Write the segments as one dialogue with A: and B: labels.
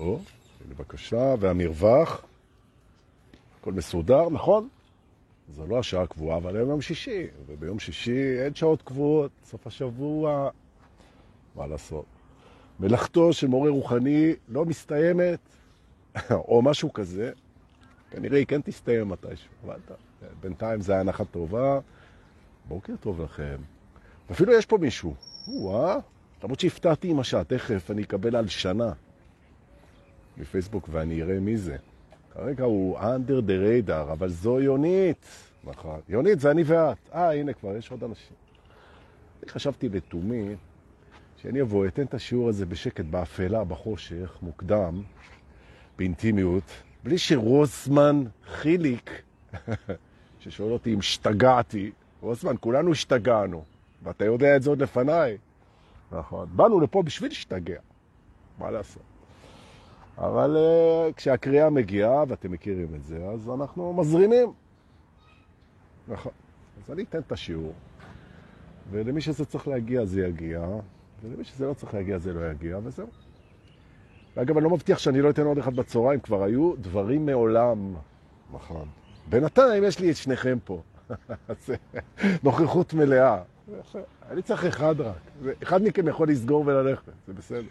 A: או, בבקשה, והמרווח, הכל מסודר, נכון? זו לא השעה הקבועה, אבל היום יום שישי, וביום שישי אין שעות קבועות, סוף השבוע, מה לעשות? מלאכתו של מורה רוחני לא מסתיימת, או משהו כזה, כנראה היא כן תסתיים מתישהו, אבל בינתיים זה הנחה טובה, בוקר טוב לכם. ואפילו יש פה מישהו, למרות שהפתעתי עם השעה, תכף אני אקבל על שנה בפייסבוק ואני אראה מי זה. כרגע הוא under the radar, אבל זו יונית. נכון. יונית זה אני ואת. הנה כבר, יש עוד אנשים. אני חשבתי לתומי שאני אבוא, אתן את השיעור הזה בשקט, באפלה, בחושך, מוקדם, באינטימיות, בלי שרוסמן חיליק, ששואל אותי אם השתגעתי, רוסמן, כולנו השתגענו, ואתה יודע את זה עוד לפניי. נכון. באנו לפה בשביל להשתגע. מה לעשות? אבל כשהקריאה מגיעה, ואתם מכירים את זה, אז אנחנו מזרימים. נכון. אז אני אתן את השיעור, ולמי שזה צריך להגיע זה יגיע, ולמי שזה לא צריך להגיע זה לא יגיע, וזהו. ואגב, אני לא מבטיח שאני לא אתן עוד אחד בצהריים, כבר היו דברים מעולם. נכון. בינתיים יש לי את שניכם פה. נוכחות מלאה. אני צריך אחד רק. אחד מכם יכול לסגור וללכת, זה בסדר.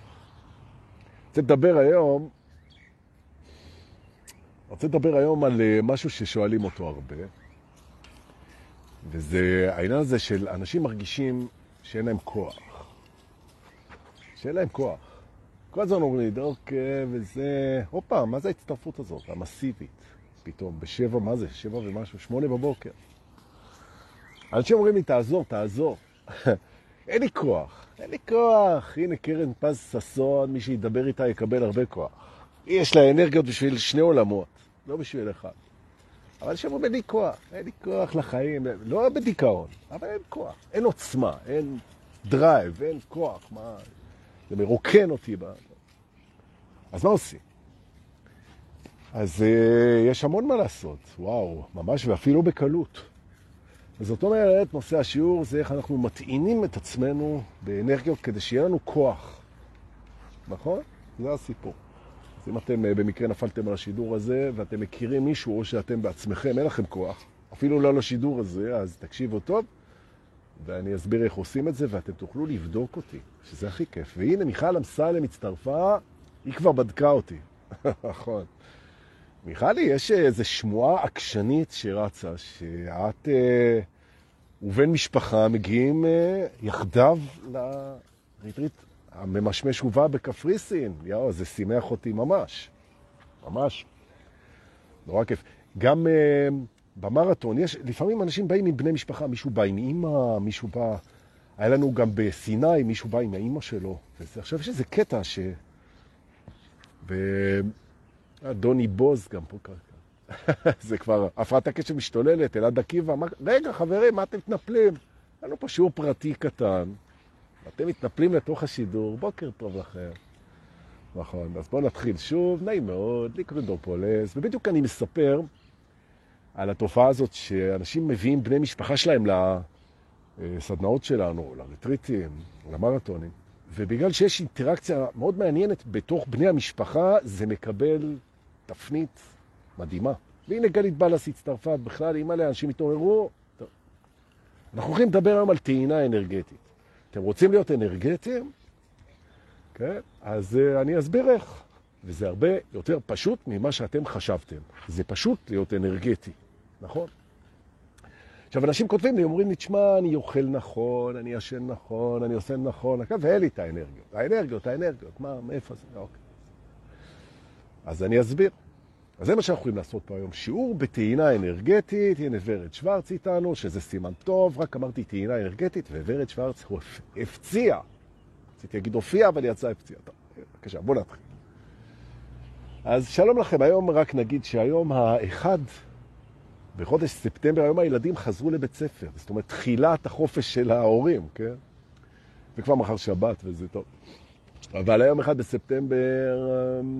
A: רוצה לדבר היום על משהו ששואלים אותו הרבה, וזה העניין הזה של אנשים מרגישים שאין להם כוח. שאין להם כוח. כל הזמן אומרים לי, אוקיי, וזה... הופה, מה זה ההצטרפות הזאת? המסיבית. פתאום, בשבע, מה זה? 7 ומשהו, 8 בבוקר. אנשים אומרים לי, תעזור. אין לי כוח. הנה קרן פז ססון, מי שידבר איתה יקבל הרבה כוח. יש לה אנרגיות בשביל 2 עולמות, לא בשביל אחד. אבל שאומרים, אין לי כוח לחיים, לא בדיכאון, אבל אין כוח. אין עוצמה, אין דרייב, אין כוח. זה מרוקן אותי. אז מה עושים? אז יש המון מה לעשות, וואו, ממש ואפילו בקלות. אז זאת אומרת, נושא השיעור זה איך אנחנו מטעינים את עצמנו באנרגיות כדי שיהיה לנו כוח. נכון? זה הסיפור. אז אם אתם במקרה נפלתם על השידור הזה ואתם מכירים מישהו או שאתם בעצמכם, אין לכם כוח, אפילו לא על השידור הזה, אז תקשיבו טוב ואני אסביר איך עושים את זה ואתם תוכלו לבדוק אותי, שזה הכי כיף. והנה מיכל אמסלם הצטרפה, היא כבר בדקה אותי. נכון. מיכלי, יש איזו שמועה עקשנית שרצה, שאת ובן משפחה מגיעים יחדיו לריטריט הממשמש ובא בקפריסין. יאו, זה שימח אותי ממש. ממש. נורא כיף. גם במרתון, לפעמים אנשים באים עם בני משפחה, מישהו בא עם אמא, מישהו בא... היה לנו גם בסיני, מישהו בא עם האמא שלו. עכשיו יש איזה קטע ש... דוני בוז גם פה ככה. זה כבר הפרעת הקשב משתוללת, אלעד עקיבא. רגע, חברים, מה אתם מתנפלים? לנו פה שיעור פרטי קטן. אתם מתנפלים לתוך השידור. בוקר טוב לכם. נכון, אז בואו נתחיל שוב. נעים מאוד, לי קוראים דורפולס. ובדיוק אני מספר על התופעה הזאת שאנשים מביאים בני משפחה שלהם לסדנאות שלנו, לרטריטים, למרתונים. ובגלל שיש אינטראקציה מאוד מעניינת בתוך בני המשפחה, זה מקבל תפנית מדהימה. והנה גלית בלס הצטרפה בכלל, אם עליה אנשים התעוררו. טוב. אנחנו הולכים לדבר היום על טעינה אנרגטית. אתם רוצים להיות אנרגטיים? כן? אז אני אסביר איך. וזה הרבה יותר פשוט ממה שאתם חשבתם. זה פשוט להיות אנרגטי, נכון? עכשיו, אנשים כותבים לי, אומרים לי, תשמע, אני אוכל נכון, אני ישן נכון, אני עושה נכון, ואין לי את האנרגיות. האנרגיות, מאיפה זה? אוקיי. אז אני אסביר. אז זה מה שאנחנו יכולים לעשות פה היום. שיעור בטעינה אנרגטית, הנה ורד שוורץ איתנו, שזה סימן טוב, רק אמרתי טעינה אנרגטית, וורד שוורץ הוא הפציע. רציתי להגיד הופיע, אבל יצא הפציע. טוב, בבקשה, בואו נתחיל. אז שלום לכם, היום רק נגיד שהיום האחד, בחודש ספטמבר, היום הילדים חזרו לבית ספר. זאת אומרת, תחילת החופש של ההורים, כן? וכבר מחר שבת וזה טוב. אבל היום 1 בספטמבר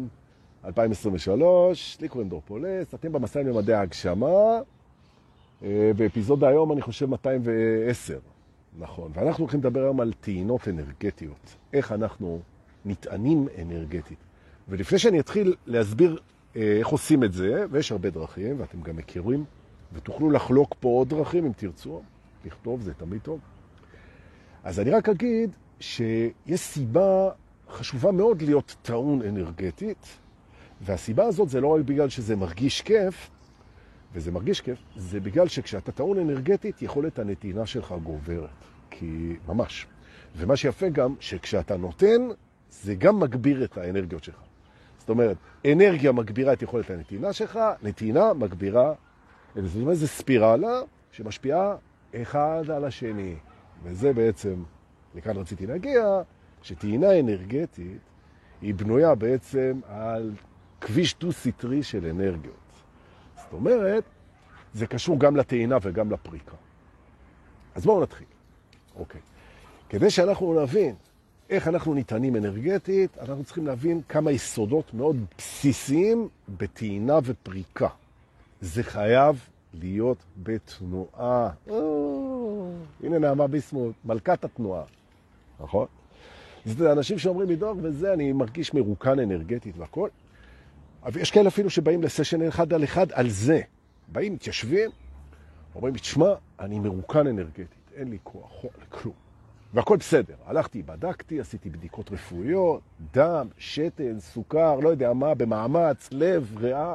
A: 2023, לי קוראים דורפולס, אתם במסע למדעי ההגשמה, ואפיזודה היום אני חושב 210, נכון. ואנחנו הולכים לדבר היום על טעינות אנרגטיות. איך אנחנו נטענים אנרגטית. ולפני שאני אתחיל להסביר איך עושים את זה, ויש הרבה דרכים, ואתם גם מכירים, ותוכלו לחלוק פה עוד דרכים אם תרצו, לכתוב, זה תמיד טוב. אז אני רק אגיד שיש סיבה חשובה מאוד להיות טעון אנרגטית, והסיבה הזאת זה לא רק בגלל שזה מרגיש כיף, וזה מרגיש כיף, זה בגלל שכשאתה טעון אנרגטית, יכולת הנתינה שלך גוברת. כי ממש. ומה שיפה גם, שכשאתה נותן, זה גם מגביר את האנרגיות שלך. זאת אומרת, אנרגיה מגבירה את יכולת הנתינה שלך, נתינה מגבירה, זאת אומרת, זה ספירלה שמשפיעה אחד על השני. וזה בעצם, לכאן רציתי להגיע, שטעינה אנרגטית היא בנויה בעצם על כביש דו-סטרי של אנרגיות. זאת אומרת, זה קשור גם לטעינה וגם לפריקה. אז בואו נתחיל. אוקיי. כדי שאנחנו נבין איך אנחנו ניתנים אנרגטית, אנחנו צריכים להבין כמה יסודות מאוד בסיסיים בטעינה ופריקה. זה חייב להיות בתנועה. הנה נעמה ביסמוט, מלכת התנועה. נכון? זה אנשים שאומרים מדור, וזה אני מרגיש מרוקן אנרגטית והכל. אבל יש כאלה אפילו שבאים לסשן אחד על אחד על זה. באים, מתיישבים, אומרים, תשמע, אני מרוקן אנרגטית, אין לי כוח, כלום. והכל בסדר. הלכתי, בדקתי, עשיתי בדיקות רפואיות, דם, שתן, סוכר, לא יודע מה, במאמץ, לב, ריאה.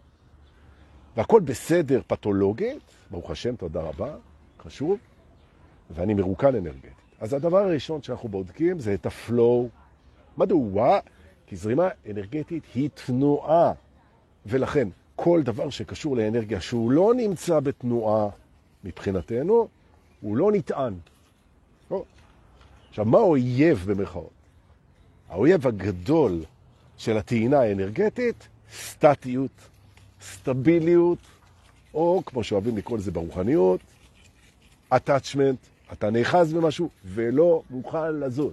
A: והכל בסדר פתולוגית, ברוך השם, תודה רבה, חשוב, ואני מרוקן אנרגטית. אז הדבר הראשון שאנחנו בודקים זה את הפלואו. מדוע? כי זרימה אנרגטית היא תנועה, ולכן כל דבר שקשור לאנרגיה שהוא לא נמצא בתנועה מבחינתנו, הוא לא נטען. עכשיו, מה האויב במרכאות? האויב הגדול של הטעינה האנרגטית, סטטיות, סטביליות, או כמו שאוהבים לקרוא לזה ברוחניות, attachment, אתה נאחז במשהו ולא מוכן לזוז.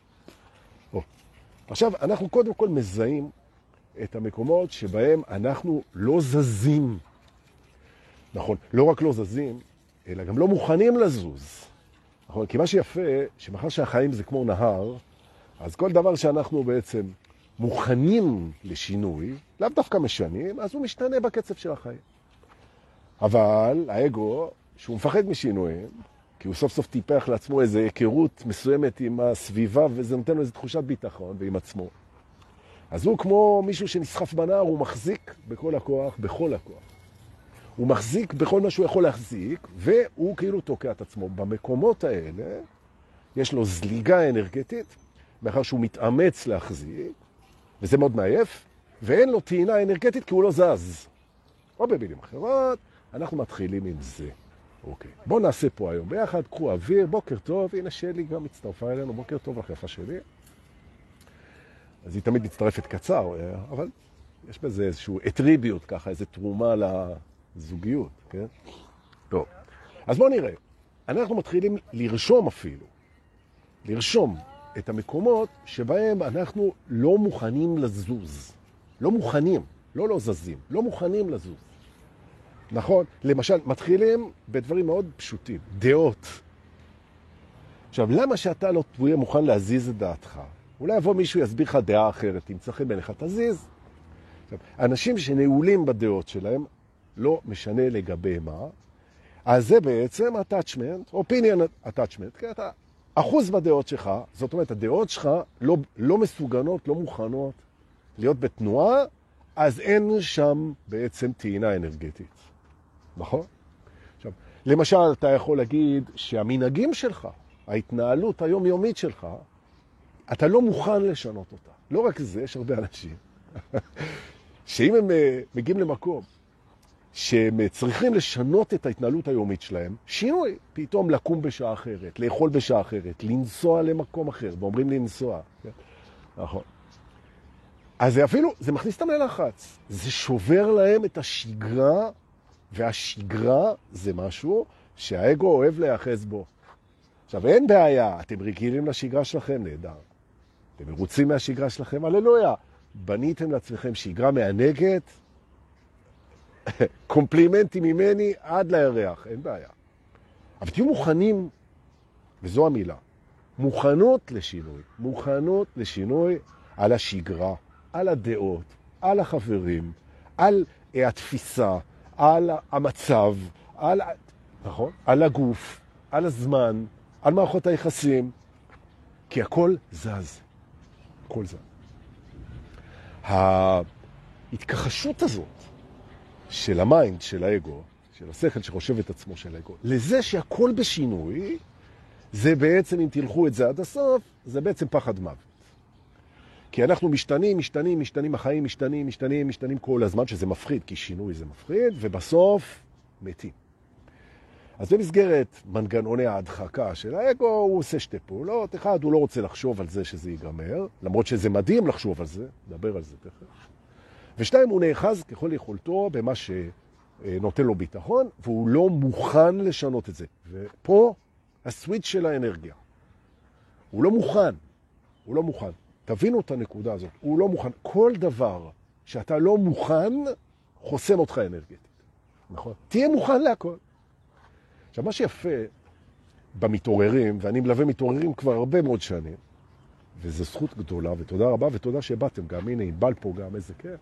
A: עכשיו, אנחנו קודם כל מזהים את המקומות שבהם אנחנו לא זזים. נכון, לא רק לא זזים, אלא גם לא מוכנים לזוז. נכון, כי מה שיפה, שמחר שהחיים זה כמו נהר, אז כל דבר שאנחנו בעצם מוכנים לשינוי, לאו דווקא משנים, אז הוא משתנה בקצב של החיים. אבל האגו, שהוא מפחד משינויים, כי הוא סוף סוף טיפח לעצמו איזו היכרות מסוימת עם הסביבה, וזה נותן לו איזו תחושת ביטחון ועם עצמו. אז הוא כמו מישהו שנסחף בנהר, הוא מחזיק בכל הכוח, בכל הכוח. הוא מחזיק בכל מה שהוא יכול להחזיק, והוא כאילו תוקע את עצמו. במקומות האלה יש לו זליגה אנרגטית, מאחר שהוא מתאמץ להחזיק, וזה מאוד מעייף, ואין לו טעינה אנרגטית כי הוא לא זז. או במילים אחרות, אנחנו מתחילים עם זה. אוקיי, בואו נעשה פה היום ביחד, קחו אוויר, בוקר טוב, הנה שלי גם הצטרפה אלינו, בוקר טוב לך יפה שלי. אז היא תמיד מצטרפת קצר, אבל יש בזה איזשהו אטריביות ככה, איזו תרומה לזוגיות, כן? טוב, אז בואו נראה. אנחנו מתחילים לרשום אפילו, לרשום את המקומות שבהם אנחנו לא מוכנים לזוז. לא מוכנים, לא זזים, לא מוכנים לזוז. נכון? למשל, מתחילים בדברים מאוד פשוטים, דעות. עכשיו, למה שאתה לא תהיה מוכן להזיז את דעתך? אולי יבוא מישהו יסביר לך דעה אחרת, תמצא חן בעיניך, תזיז. עכשיו, אנשים שנעולים בדעות שלהם, לא משנה לגבי מה, אז זה בעצם attachment, opinion attachment, כי אתה אחוז בדעות שלך, זאת אומרת, הדעות שלך לא מסוגנות, לא מוכנות להיות בתנועה, אז אין שם בעצם טעינה אנרגטית. נכון? עכשיו, למשל, אתה יכול להגיד שהמנהגים שלך, ההתנהלות היומיומית שלך, אתה לא מוכן לשנות אותה. לא רק זה, יש הרבה אנשים, שאם הם מגיעים למקום, שהם צריכים לשנות את ההתנהלות היומית שלהם, שינוי, פתאום לקום בשעה אחרת, לאכול בשעה אחרת, לנסוע למקום אחר, ואומרים לנסוע. כן? נכון. אז זה אפילו, זה מכניס אותם ללחץ. זה שובר להם את השגרה, והשגרה זה משהו שהאגו אוהב להיאחז בו. עכשיו, אין בעיה, אתם רגילים לשגרה שלכם, נהדר. אתם מרוצים מהשגרה שלכם, הללויה. בניתם לעצמכם שגרה מענגת, קומפלימנטים ממני עד לירח, אין בעיה. אבל תהיו מוכנים, וזו המילה, מוכנות לשינוי על השגרה. על הדעות, על החברים, על התפיסה, על המצב, נכון? על הגוף, על הזמן, על מערכות היחסים, כי הכל זז. הכל זז. ההתכחשות הזאת של המיינד, של האגו, של השכל שחושב את עצמו של האגו, לזה שהכל בשינוי, זה בעצם, אם תלכו את זה עד הסוף, זה בעצם פחד מוות. כי אנחנו משתנים, החיים משתנים כל הזמן, שזה מפחיד, כי שינוי זה מפחיד, ובסוף מתים. אז במסגרת מנגנוני ההדחקה של האגו, הוא עושה שתי פעולות. אחד, הוא לא רוצה לחשוב על זה שזה ייגמר, למרות שזה מדהים לחשוב על זה, נדבר על זה תכף. ושתיים, הוא נאחז ככל יכולתו במה שנותן לו ביטחון, והוא לא מוכן לשנות את זה. ופה הסוויץ' של האנרגיה. הוא לא מוכן. תבינו את הנקודה הזאת. הוא לא מוכן. כל דבר שאתה לא מוכן, חוסם אותך אנרגטית. נכון? תהיה מוכן להכל. עכשיו, מה שיפה במתעוררים, ואני מלווה מתעוררים כבר הרבה מאוד שנים, וזו זכות גדולה, ותודה רבה, ותודה שבאתם גם. הנה, אימבל פה גם, איזה כיף.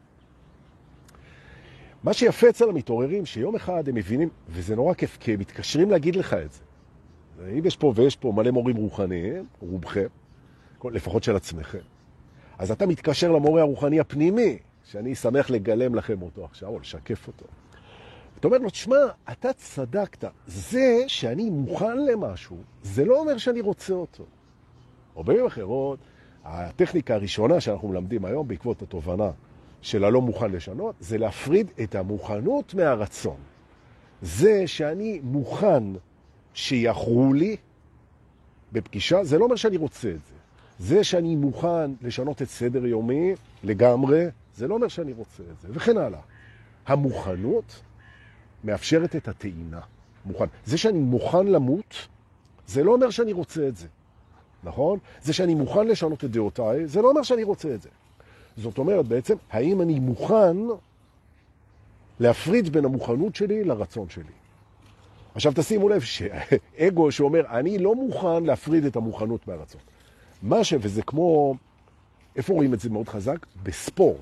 A: מה שיפה אצל המתעוררים, שיום אחד הם מבינים, וזה נורא כיף, כי הם מתקשרים להגיד לך את זה. אם יש פה ויש פה מלא מורים רוחניים, רובכם, לפחות של עצמכם, אז אתה מתקשר למורה הרוחני הפנימי, שאני שמח לגלם לכם אותו עכשיו, או לשקף אותו. אתה אומר לו, תשמע, אתה צדקת. זה שאני מוכן למשהו, זה לא אומר שאני רוצה אותו. או במילים אחרות, הטכניקה הראשונה שאנחנו מלמדים היום, בעקבות התובנה של הלא מוכן לשנות, זה להפריד את המוכנות מהרצון. זה שאני מוכן שיחרו לי בפגישה, זה לא אומר שאני רוצה את זה. זה שאני מוכן לשנות את סדר יומי לגמרי, זה לא אומר שאני רוצה את זה. וכן הלאה. המוכנות מאפשרת את הטעינה. מוכן. זה שאני מוכן למות, זה לא אומר שאני רוצה את זה. נכון? זה שאני מוכן לשנות את דעותיי, זה לא אומר שאני רוצה את זה. זאת אומרת בעצם, האם אני מוכן להפריד בין המוכנות שלי לרצון שלי. עכשיו תשימו לב שאגו שאומר, אני לא מוכן להפריד את המוכנות מהרצון. וזה כמו, איפה רואים את זה מאוד חזק? בספורט.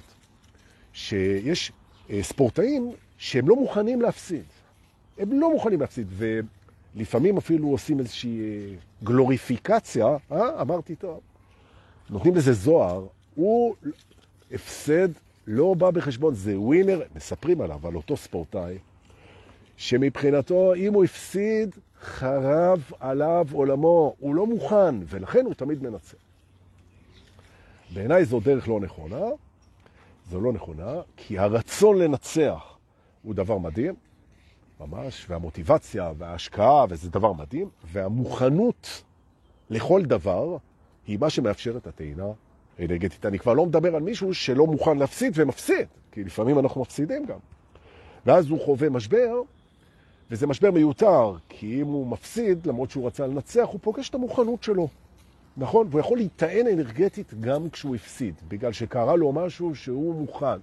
A: שיש ספורטאים שהם לא מוכנים להפסיד. הם לא מוכנים להפסיד, ולפעמים אפילו עושים איזושהי גלוריפיקציה, אמרתי טוב. נותנים לזה זוהר, הוא הפסד לא בא בחשבון, זה ווינר, מספרים עליו, על אותו ספורטאי, שמבחינתו, אם הוא הפסיד, חרב עליו עולמו, הוא לא מוכן, ולכן הוא תמיד מנצח. בעיניי זו דרך לא נכונה, זו לא נכונה, כי הרצון לנצח הוא דבר מדהים, ממש, והמוטיבציה וההשקעה, וזה דבר מדהים, והמוכנות לכל דבר היא מה שמאפשר את הטעינה האנרגטית. אני כבר לא מדבר על מישהו שלא מוכן להפסיד ומפסיד, כי לפעמים אנחנו מפסידים גם. ואז הוא חווה משבר, וזה משבר מיותר, כי אם הוא מפסיד, למרות שהוא רצה לנצח, הוא פוגש את המוכנות שלו. נכון? והוא יכול להיטען אנרגטית גם כשהוא הפסיד, בגלל שקרה לו משהו שהוא מוכן.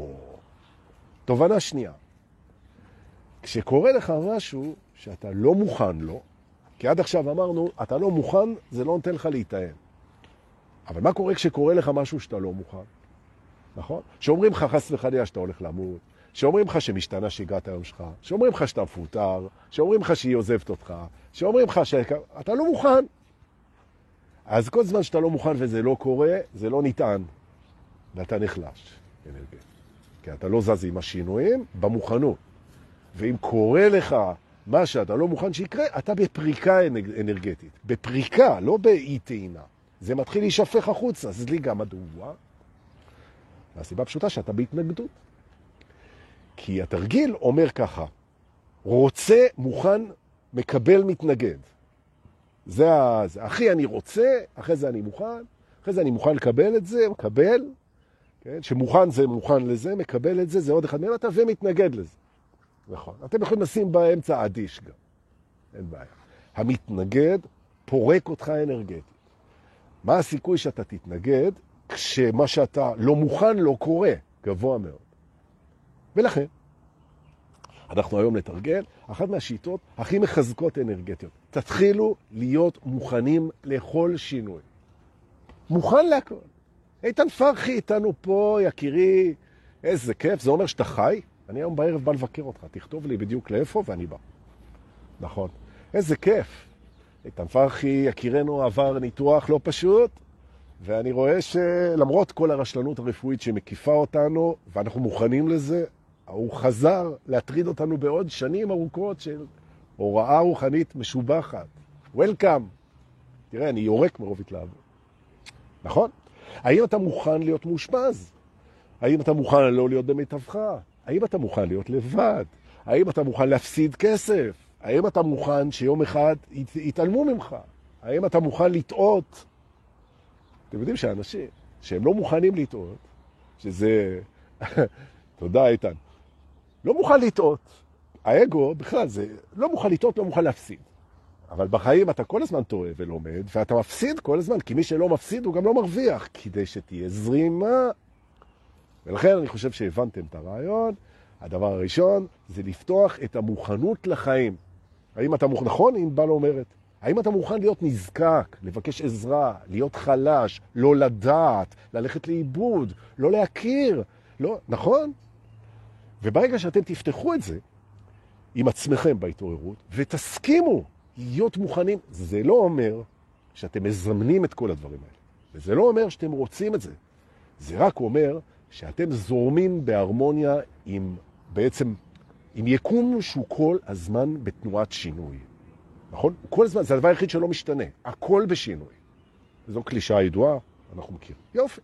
A: תובנה שנייה. כשקורה לך משהו שאתה לא מוכן לו, כי עד עכשיו אמרנו, אתה לא מוכן, זה לא נותן לך להיטען. אבל מה קורה כשקורה לך משהו שאתה לא מוכן? נכון? שאומרים לך חס וחלילה שאתה הולך למות, שאומרים לך שמשתנה שגרת היום שלך, שאומרים לך שאתה מפוטר, שאומרים לך שהיא עוזבת אותך, שאומרים לך שאתה לא מוכן. אז כל זמן שאתה לא מוכן וזה לא קורה, זה לא נטען. ואתה נחלש אנרגטית. כי אתה לא זז עם השינויים במוכנות. ואם קורה לך מה שאתה לא מוכן שיקרה, אתה בפריקה אנרגטית. בפריקה, לא באי טעינה. זה מתחיל להישפך החוצה. זליגה מדוע? והסיבה פשוטה שאתה בהתנגדות. כי התרגיל אומר ככה, רוצה, מוכן, מקבל, מתנגד. זה אחי אני רוצה, אחרי זה אני מוכן, אחרי זה אני מוכן לקבל את זה, מקבל, כן? שמוכן זה מוכן לזה, מקבל את זה, זה עוד אחד מהם, אתה ומתנגד לזה. נכון. אתם יכולים לשים באמצע אדיש גם. אין בעיה. המתנגד פורק אותך אנרגטית. מה הסיכוי שאתה תתנגד כשמה שאתה לא מוכן לא קורה? גבוה מאוד. ולכן, אנחנו היום נתרגל אחת מהשיטות הכי מחזקות אנרגטיות. תתחילו להיות מוכנים לכל שינוי. מוכן להכל. איתן פרחי איתנו פה, יקירי, איזה כיף, זה אומר שאתה חי? אני היום בערב בא לבקר אותך, תכתוב לי בדיוק לאיפה ואני בא. נכון. איזה כיף. איתן פרחי, יקירנו, עבר ניתוח לא פשוט, ואני רואה שלמרות כל הרשלנות הרפואית שמקיפה אותנו, ואנחנו מוכנים לזה, הוא חזר להטריד אותנו בעוד שנים ארוכות של הוראה רוחנית משובחת. וולקאם. תראה, אני יורק מרוב התלהבות. נכון? האם אתה מוכן להיות מאושפז? האם אתה מוכן לא להיות במיטבך? האם אתה מוכן להיות לבד? האם אתה מוכן להפסיד כסף? האם אתה מוכן שיום אחד יתעלמו ממך? האם אתה מוכן לטעות? אתם יודעים שאנשים שהם לא מוכנים לטעות, שזה... תודה, איתן. לא מוכן לטעות. האגו בכלל זה לא מוכן לטעות, לא מוכן להפסיד. אבל בחיים אתה כל הזמן טועה ולומד, ואתה מפסיד כל הזמן, כי מי שלא מפסיד הוא גם לא מרוויח, כדי שתהיה זרימה. ולכן אני חושב שהבנתם את הרעיון. הדבר הראשון זה לפתוח את המוכנות לחיים. האם אתה מוכן, נכון? אם בא לא אומרת. האם אתה מוכן להיות נזקק, לבקש עזרה, להיות חלש, לא לדעת, ללכת לאיבוד, לא להכיר, לא, נכון? וברגע שאתם תפתחו את זה עם עצמכם בהתעוררות, ותסכימו להיות מוכנים, זה לא אומר שאתם מזמנים את כל הדברים האלה. וזה לא אומר שאתם רוצים את זה. זה רק אומר שאתם זורמים בהרמוניה עם בעצם, עם יקום שהוא כל הזמן בתנועת שינוי. נכון? כל הזמן, זה הדבר היחיד שלא משתנה. הכל בשינוי. זו קלישה ידועה, אנחנו מכירים. יופי.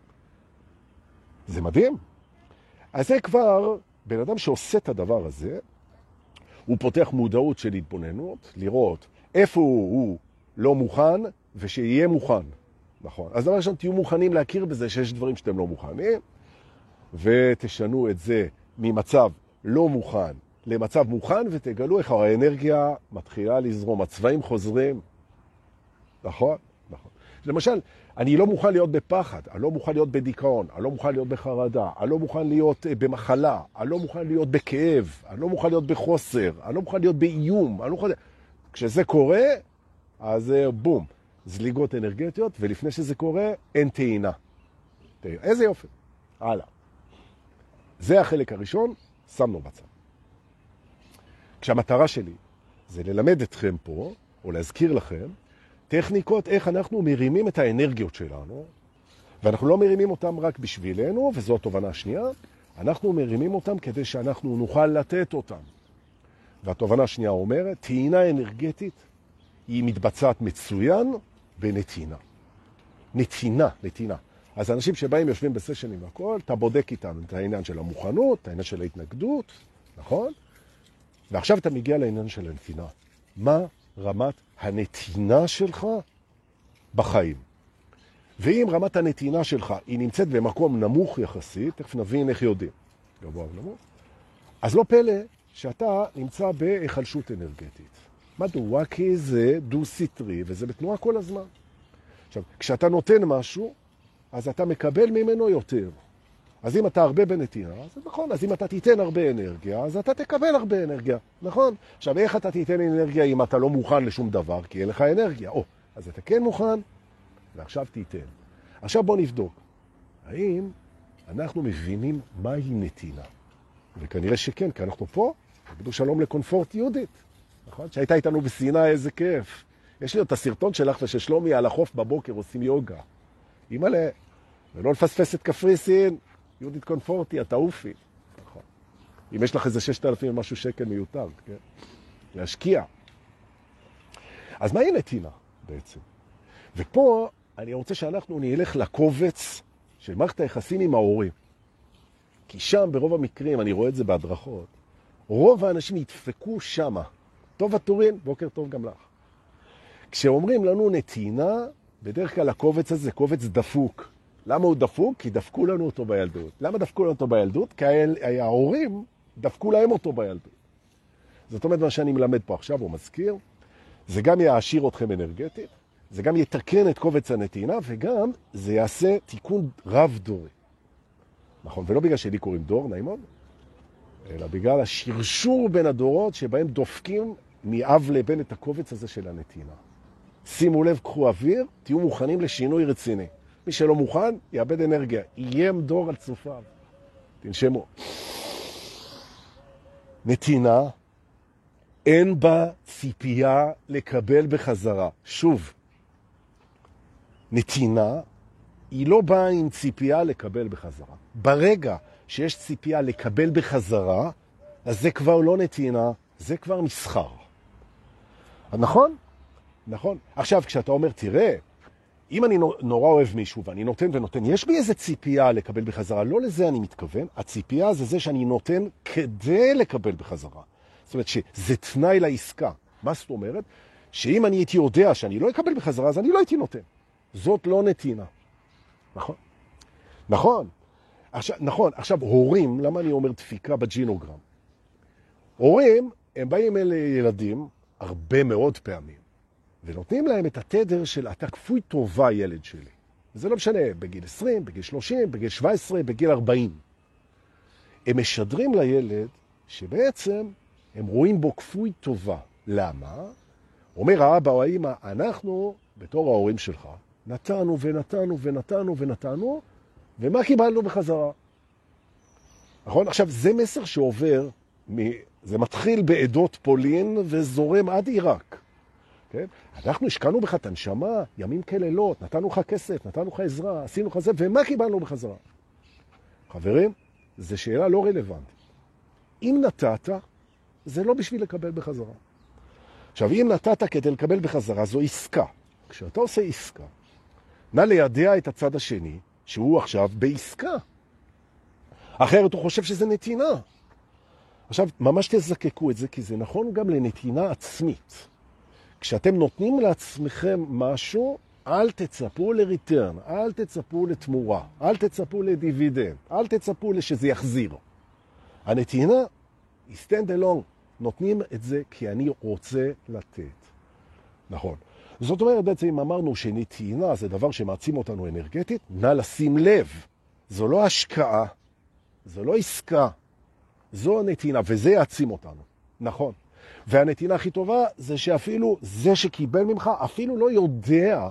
A: זה מדהים. אז זה כבר, בן אדם שעושה את הדבר הזה, הוא פותח מודעות של התבוננות, לראות איפה הוא לא מוכן, ושיהיה מוכן. נכון. אז דבר ראשון, תהיו מוכנים להכיר בזה שיש דברים שאתם לא מוכנים, ותשנו את זה ממצב לא מוכן למצב מוכן, ותגלו איך האנרגיה מתחילה לזרום, הצבעים חוזרים. נכון? נכון. למשל, אני לא מוכן להיות בפחד, אני לא מוכן להיות בדיכאון, אני לא מוכן להיות בחרדה, אני לא מוכן להיות במחלה, אני לא מוכן להיות בכאב, אני לא מוכן להיות בחוסר, אני לא מוכן להיות באיום, אני לא מוכן... כשזה קורה, אז בום, זליגות אנרגטיות, ולפני שזה קורה, אין טעינה. איזה יופי. הלאה. זה החלק הראשון, שמנו בצד. כשהמטרה שלי זה ללמד אתכם פה, או להזכיר לכם, טכניקות איך אנחנו מרימים את האנרגיות שלנו, ואנחנו לא מרימים אותם רק בשבילנו, וזו התובנה השנייה, אנחנו מרימים אותם כדי שאנחנו נוכל לתת אותם. והתובנה השנייה אומרת, טעינה אנרגטית היא מתבצעת מצוין בנתינה. נתינה. אז אנשים שבאים יושבים בסשנים והכל, אתה בודק איתם את העניין של המוכנות, את העניין של ההתנגדות, נכון? ועכשיו אתה מגיע לעניין של הנתינה. מה רמת הנתינה שלך בחיים? ואם רמת הנתינה שלך היא נמצאת במקום נמוך יחסית, תכף נבין איך יודעים, גבוה ונמוך, אז לא פלא שאתה נמצא בהיחלשות אנרגטית. מדוע? כי זה דו-סטרי וזה בתנועה כל הזמן. עכשיו, כשאתה נותן משהו, אז אתה מקבל ממנו יותר. אז אם אתה הרבה בנתינה, אז נכון. אז אם אתה תיתן הרבה אנרגיה, אז אתה תקבל הרבה אנרגיה. נכון? עכשיו, איך אתה תיתן אנרגיה אם אתה לא מוכן לשום דבר? כי אין לך אנרגיה. אז אתה כן מוכן, ועכשיו תיתן. עכשיו בוא נבדוק. האם אנחנו מבינים מהי נתינה? וכנראה שכן, כי אנחנו פה, תגידו שלום לקונפורט יהודית. נכון? שהייתה איתנו בסיני, איזה כיף. יש לי את הסרטון שלך ושל שלומי על החוף בבוקר עושים יוגה. אימאלה, ולא לפספס את קפריסין, יהודית קונפורטי, התעופי. נכון. אם יש לך איזה 6,000 ומשהו שקל מיותר, כן? להשקיע. אז מהי נתינה בעצם? ופה אני רוצה שאנחנו נלך לקובץ של מערכת היחסים עם ההורים. כי שם ברוב המקרים, אני רואה את זה בהדרכות, רוב האנשים ידפקו שמה. טוב הטורין, בוקר טוב גם לך. כשאומרים לנו נתינה, בדרך כלל הקובץ הזה קובץ דפוק. למה הוא דפוק? כי דפקו לנו אותו בילדות. למה דפקו לנו אותו בילדות? כי ההורים דפקו להם אותו בילדות. זאת אומרת, מה שאני מלמד פה עכשיו, הוא מזכיר, זה גם יעשיר אתכם אנרגטית, זה גם יתקן את קובץ הנתינה, וגם זה יעשה תיקון רב דורי. נכון, ולא בגלל שלי קוראים דור, נעים מאוד, אלא בגלל השרשור בין הדורות שבהם דופקים מאב לבן את הקובץ הזה של הנתינה. שימו לב, קחו אוויר, תהיו מוכנים לשינוי רציני. מי שלא מוכן, יאבד אנרגיה. איים דור על צופיו. תנשמו. נתינה, אין בה ציפייה לקבל בחזרה. שוב, נתינה היא לא באה עם ציפייה לקבל בחזרה. ברגע שיש ציפייה לקבל בחזרה, אז זה כבר לא נתינה, זה כבר מסחר. נכון? נכון. עכשיו, כשאתה אומר, תראה, אם אני נורא אוהב מישהו ואני נותן ונותן, יש בי איזה ציפייה לקבל בחזרה, לא לזה אני מתכוון, הציפייה זה זה שאני נותן כדי לקבל בחזרה. זאת אומרת שזה תנאי לעסקה. מה זאת אומרת? שאם אני הייתי יודע שאני לא אקבל בחזרה, אז אני לא הייתי נותן. זאת לא נתינה. נכון? נכון. נכון. עכשיו, הורים, למה אני אומר דפיקה בג'ינוגרם? הורים, הם באים אל ילדים הרבה מאוד פעמים, ונותנים להם את התדר של אתה כפוי טובה ילד שלי. וזה לא משנה, בגיל 20, בגיל 30, בגיל 17, בגיל 40. הם משדרים לילד שבעצם הם רואים בו כפוי טובה. למה? אומר האבא או האמא, אנחנו, בתור ההורים שלך, נתנו ונתנו ונתנו ונתנו, ומה קיבלנו בחזרה? נכון? עכשיו, זה מסר שעובר, זה מתחיל בעדות פולין וזורם עד עיראק. כן? אנחנו השקענו בך את הנשמה, ימים כלילות, נתנו לך כסף, נתנו לך עזרה, עשינו לך זה, ומה קיבלנו בחזרה? חברים, זו שאלה לא רלוונטית. אם נתת, זה לא בשביל לקבל בחזרה. עכשיו, אם נתת כדי לקבל בחזרה, זו עסקה. כשאתה עושה עסקה, נא לידע את הצד השני, שהוא עכשיו בעסקה. אחרת הוא חושב שזה נתינה. עכשיו, ממש תזקקו את זה, כי זה נכון גם לנתינה עצמית. כשאתם נותנים לעצמכם משהו, אל תצפו לריטרן, אל תצפו לתמורה, אל תצפו לדיבידנד, אל תצפו שזה יחזיר. הנתינה היא stand alone. נותנים את זה כי אני רוצה לתת. נכון. זאת אומרת, בעצם אם אמרנו שנתינה זה דבר שמעצים אותנו אנרגטית, נא לשים לב. זו לא השקעה, זו לא עסקה, זו הנתינה, וזה יעצים אותנו. נכון. והנתינה הכי טובה זה שאפילו זה שקיבל ממך, אפילו לא יודע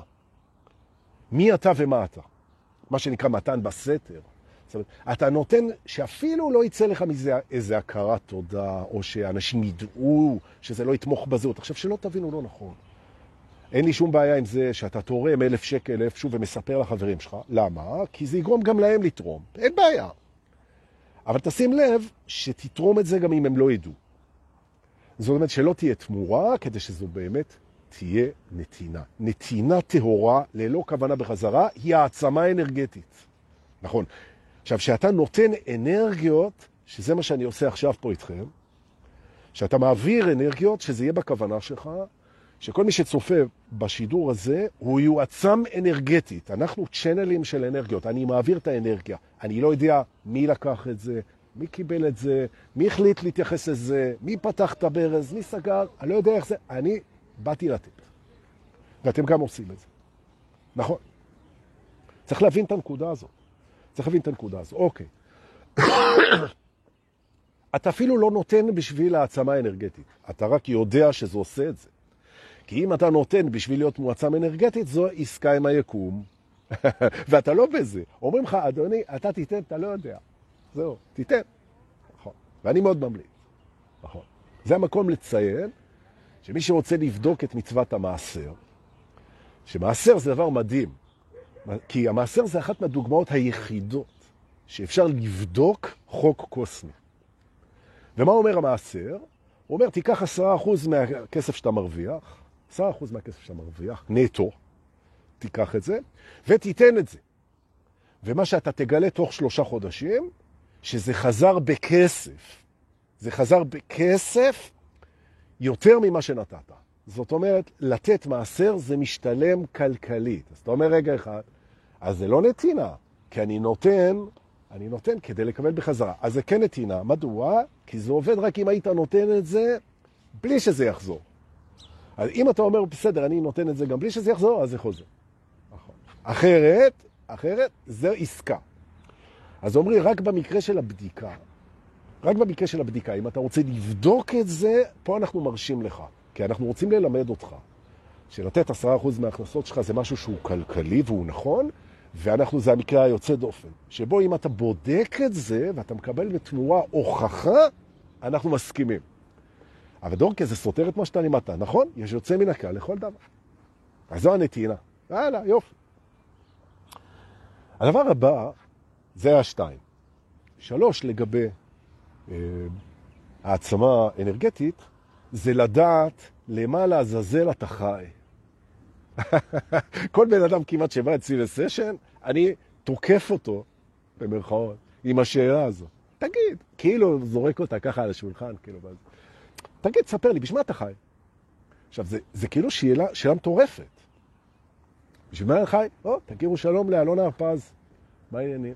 A: מי אתה ומה אתה. מה שנקרא מתן בסתר. זאת אומרת, אתה נותן שאפילו לא יצא לך מזה איזה הכרת תודה, או שאנשים ידעו שזה לא יתמוך בזהות. עכשיו, שלא תבינו לא נכון. אין לי שום בעיה עם זה שאתה תורם 1,000 שקל איפשהו ומספר לחברים שלך. למה? כי זה יגרום גם להם לתרום. אין בעיה. אבל תשים לב שתתרום את זה גם אם הם לא ידעו. זאת אומרת שלא תהיה תמורה כדי שזו באמת תהיה נתינה. נתינה טהורה ללא כוונה בחזרה היא העצמה אנרגטית. נכון. עכשיו, שאתה נותן אנרגיות, שזה מה שאני עושה עכשיו פה איתכם, שאתה מעביר אנרגיות, שזה יהיה בכוונה שלך, שכל מי שצופה בשידור הזה, הוא יועצם אנרגטית. אנחנו צ'נלים של אנרגיות. אני מעביר את האנרגיה. אני לא יודע מי לקח את זה, מי קיבל את זה, מי החליט להתייחס לזה, מי פתח את הברז, מי סגר, אני לא יודע איך זה. אני באתי לתת. ואתם גם עושים את זה. נכון. צריך להבין את הנקודה הזאת. אוקיי. אתה אפילו לא נותן בשביל העצמה אנרגטית. אתה רק יודע שזה עושה את זה. כי אם אתה נותן בשביל להיות מועצם אנרגטית, זו עסקה עם היקום. ואתה לא בזה. אומרים לך, אדוני, אתה תיתן, אתה לא יודע. זהו, תיתן. נכון. ואני מאוד ממליץ. נכון. זה המקום לציין שמי שרוצה לבדוק את מצוות המעשר, שמעשר זה דבר מדהים. כי המעשר זה אחת מהדוגמאות היחידות שאפשר לבדוק חוק קוסמי. ומה אומר המעשר? הוא אומר, תיקח 10% מהכסף שאתה מרוויח, 10% מהכסף שאתה מרוויח, נטו, תיקח את זה, ותיתן את זה. ומה שאתה תגלה תוך 3 חודשים, שזה חזר בכסף. זה חזר בכסף יותר ממה שנתת. זאת אומרת, לתת מעשר זה משתלם כלכלית. אז אתה אומר רגע אחד, אז זה לא נתינה, כי אני נותן כדי לקבל בחזרה. אז זה כן נתינה. מדוע? כי זה עובד רק אם היית נותן את זה בלי שזה יחזור. אז אם אתה אומר, בסדר, אני נותן את זה גם בלי שזה יחזור, אז זה חוזר. אחרת, זה עסקה. אז אומרים, רק במקרה של הבדיקה, אם אתה רוצה לבדוק את זה, פה אנחנו מרשים לך. כי אנחנו רוצים ללמד אותך שלתת 10% מההכנסות שלך זה משהו שהוא כלכלי והוא נכון, ואנחנו, זה המקרה היוצא דופן, שבו אם אתה בודק את זה, ואתה מקבל בתמורה הוכחה, אנחנו מסכימים. אבל דורקה, זה סותר את מה שאתה לימדת, נכון? יש יוצא מן הכלל לכל דבר. אז זו הנתינה. יאללה, יופי. הדבר הבא, זה השתיים. 3, לגבי העצמה אנרגטית, זה לדעת למה לעזאזל אתה חי. כל בן אדם כמעט שבא אצלי לסשן, אני תוקף אותו, במרכאות, עם השאלה הזו. תגיד, כאילו זורק אותה ככה על השולחן, כאילו, תגיד, ספר לי, בשביל מה אתה חי? עכשיו, זה כאילו שאלה מטורפת. בשביל מה אתה חי? תגירו שלום לאלונה הרפז. מה העניינים?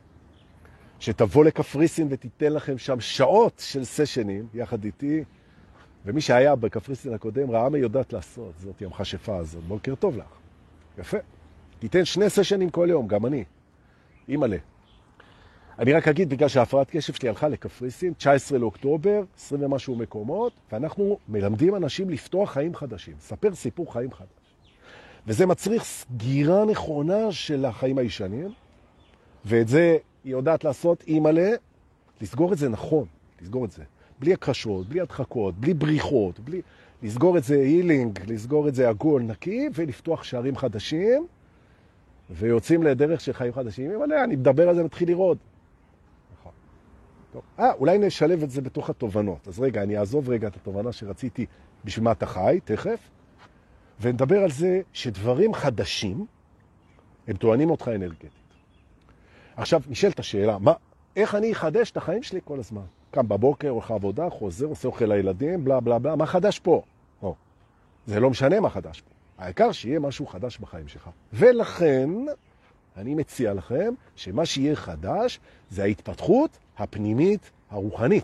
A: שתבוא לקפריסין ותיתן לכם שם שעות של סשנים, יחד איתי, ומי שהיה בקפריסין הקודם ראה מה יודעת לעשות, זאת היא המכשפה הזאת. בוקר טוב לך. יפה. תיתן 2 סשנים כל יום, גם אני. אימאלה. אני רק אגיד, בגלל שההפרעת קשב שלי הלכה לקפריסין, 19 לאוקטובר, 20 ומשהו מקומות, ואנחנו מלמדים אנשים לפתוח חיים חדשים. ספר סיפור חיים חדש. וזה מצריך סגירה נכונה של החיים הישנים, ואת זה היא יודעת לעשות אימאלה, לסגור את זה נכון, לסגור את זה. בלי הקרשות, בלי הדחקות, בלי בריחות, בלי... לסגור את זה הילינג, לסגור את זה עגול נקי, ולפתוח שערים חדשים, ויוצאים לדרך של חיים חדשים. אימאלה, אני מדבר על זה, מתחיל לראות. נכון. טוב. אולי נשלב את זה בתוך התובנות. אז רגע, אני אעזוב רגע את התובנה שרציתי בשביל מה אתה חי, תכף, ונדבר על זה שדברים חדשים, הם טוענים אותך אנרגטית. עכשיו, נשאלת השאלה, איך אני אחדש את החיים שלי כל הזמן? קם בבוקר, הולך עבודה, חוזר, עושה אוכל לילדים, בלה בלה בלה, מה חדש פה? זה לא משנה מה חדש פה. העיקר שיהיה משהו חדש בחיים שלך. ולכן, אני מציע לכם שמה שיהיה חדש זה ההתפתחות הפנימית הרוחנית.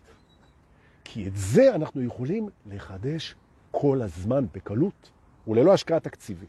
A: כי את זה אנחנו יכולים לחדש כל הזמן בקלות, וללא השקעה תקציבית.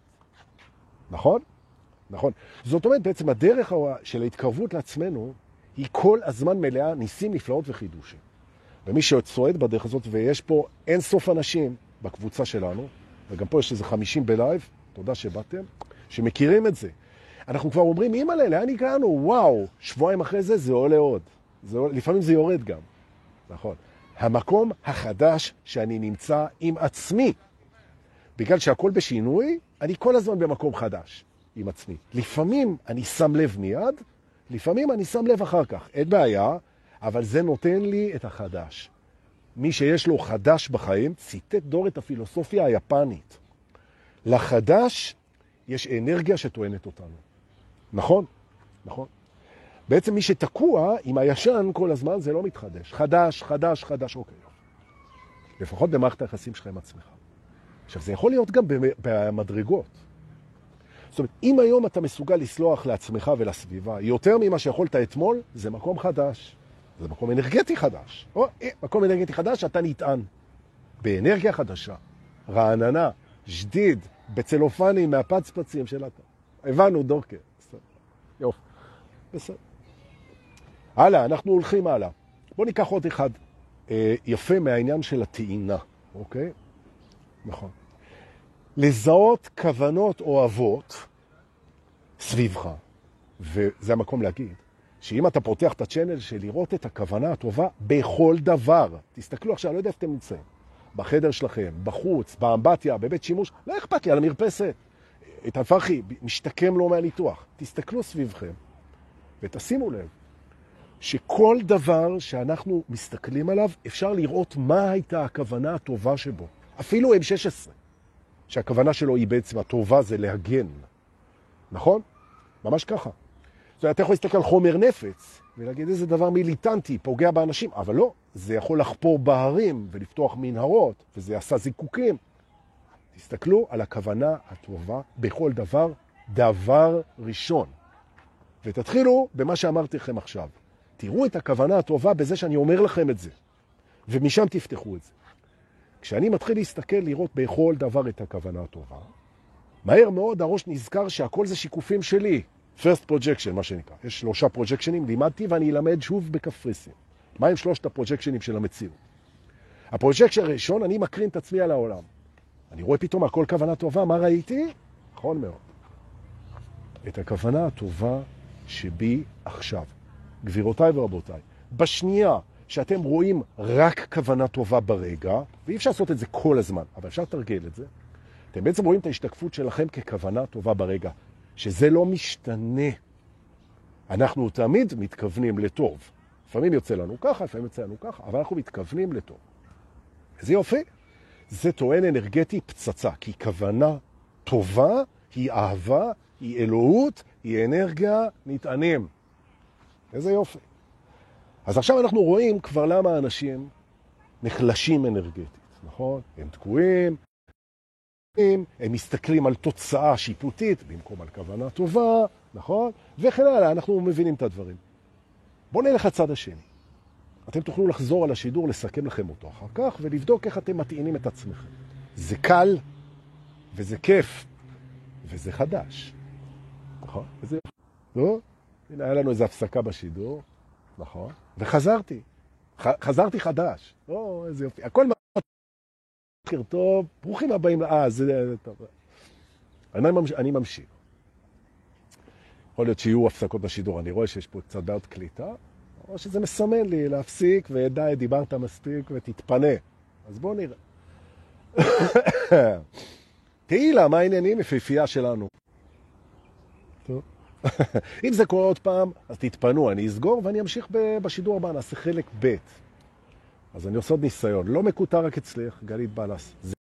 A: נכון? נכון. זאת אומרת, בעצם הדרך של ההתקרבות לעצמנו היא כל הזמן מלאה ניסים, נפלאות וחידושים. ומי שצועד בדרך הזאת, ויש פה אין סוף אנשים בקבוצה שלנו, וגם פה יש איזה 50 בלייב, תודה שבאתם, שמכירים את זה. אנחנו כבר אומרים, אימאלה, לאן הגענו? וואו, שבועיים אחרי זה זה עולה עוד. לפעמים זה יורד גם. נכון. המקום החדש שאני נמצא עם עצמי. בגלל שהכל בשינוי, אני כל הזמן במקום חדש עם עצמי. לפעמים אני שם לב מיד, לפעמים אני שם לב אחר כך. אין בעיה, אבל זה נותן לי את החדש. מי שיש לו חדש בחיים, ציטט דור את הפילוסופיה היפנית. לחדש יש אנרגיה שטוענת אותנו. נכון? נכון. בעצם מי שתקוע עם הישן כל הזמן זה לא מתחדש. חדש, חדש, חדש, אוקיי. לפחות במערכת היחסים שלך עם עצמך. עכשיו, זה יכול להיות גם במדרגות. זאת אומרת, אם היום אתה מסוגל לסלוח לעצמך ולסביבה, יותר ממה שיכולת אתמול, זה מקום חדש. זה מקום אנרגטי חדש. מקום אנרגטי חדש, אתה נטען. באנרגיה חדשה, רעננה, שדיד, בצלופנים, מהפצפצים של אתה. הבנו, דורקה. יופי. בסדר. הלאה, אנחנו הולכים הלאה. בוא ניקח עוד אחד יפה מהעניין של הטעינה, אוקיי? נכון. לזהות כוונות אוהבות סביבך, וזה המקום להגיד, שאם אתה פותח את הצ'אנל של לראות את הכוונה הטובה בכל דבר, תסתכלו עכשיו, לא יודע איפה אתם נמצאים, בחדר שלכם, בחוץ, באמבטיה, בבית שימוש, לא אכפת לי, על המרפסת. את הפרחי, משתקם לו מהניתוח. תסתכלו סביבכם, ותשימו לב, שכל דבר שאנחנו מסתכלים עליו, אפשר לראות מה הייתה הכוונה הטובה שבו. אפילו M16, שהכוונה שלו היא בעצם הטובה זה להגן. נכון? ממש ככה. זאת אומרת, אתה יכול להסתכל על חומר נפץ, ולהגיד איזה דבר מיליטנטי, פוגע באנשים, אבל לא, זה יכול לחפור בהרים ולפתוח מנהרות, וזה עשה זיקוקים. תסתכלו על הכוונה הטובה בכל דבר, דבר ראשון. ותתחילו במה שאמרתי לכם עכשיו. תראו את הכוונה הטובה בזה שאני אומר לכם את זה. ומשם תפתחו את זה. כשאני מתחיל להסתכל, לראות בכל דבר את הכוונה הטובה, מהר מאוד הראש נזכר שהכל זה שיקופים שלי. First projection, מה שנקרא. יש 3 פרוג'קשנים, לימדתי ואני אלמד שוב בקפריסין. מה עם 3 הפרוג'קשנים של המציאות? הפרוג'קשן הראשון, אני מקרין את עצמי על העולם. אני רואה פתאום הכל כוונה טובה, מה ראיתי? נכון מאוד. את הכוונה הטובה שבי עכשיו. גבירותיי ורבותיי, בשנייה שאתם רואים רק כוונה טובה ברגע, ואי אפשר לעשות את זה כל הזמן, אבל אפשר לתרגל את זה, אתם בעצם רואים את ההשתקפות שלכם ככוונה טובה ברגע, שזה לא משתנה. אנחנו תמיד מתכוונים לטוב. לפעמים יוצא לנו ככה, לפעמים יוצא לנו ככה, אבל אנחנו מתכוונים לטוב. זה יופי. זה טוען אנרגטי פצצה, כי כוונה טובה היא אהבה, היא אלוהות, היא אנרגיה, נתענים. איזה יופי. אז עכשיו אנחנו רואים כבר למה האנשים נחלשים אנרגטית, נכון? הם תקועים, הם מסתכלים על תוצאה שיפוטית במקום על כוונה טובה, נכון? וכן הלאה, אנחנו מבינים את הדברים. בואו נלך לצד השני. אתם תוכלו לחזור על השידור, לסכם לכם אותו אחר כך, ולבדוק איך אתם מתאינים את עצמכם. זה קל, וזה כיף, וזה חדש. נכון? וזה... לא? הנה, היה לנו איזו הפסקה בשידור, נכון? וחזרתי. חזרתי חדש. או, איזה יופי. הכל בוקר טוב, ברוכים הבאים. זה טוב. אני ממשיך. יכול להיות שיהיו הפסקות בשידור. אני רואה שיש פה קצת בעיות קליטה, או שזה מסמן לי להפסיק, וידע, דיברת מספיק ותתפנה. אז בואו נראה. תהילה, מה העניינים? יפהפייה שלנו. טוב. אם זה קורה עוד פעם, אז תתפנו, אני אסגור ואני אמשיך בשידור הבא, נעשה חלק ב'. אז אני עושה עוד ניסיון. לא מקוטר רק אצלך, גלית בלס.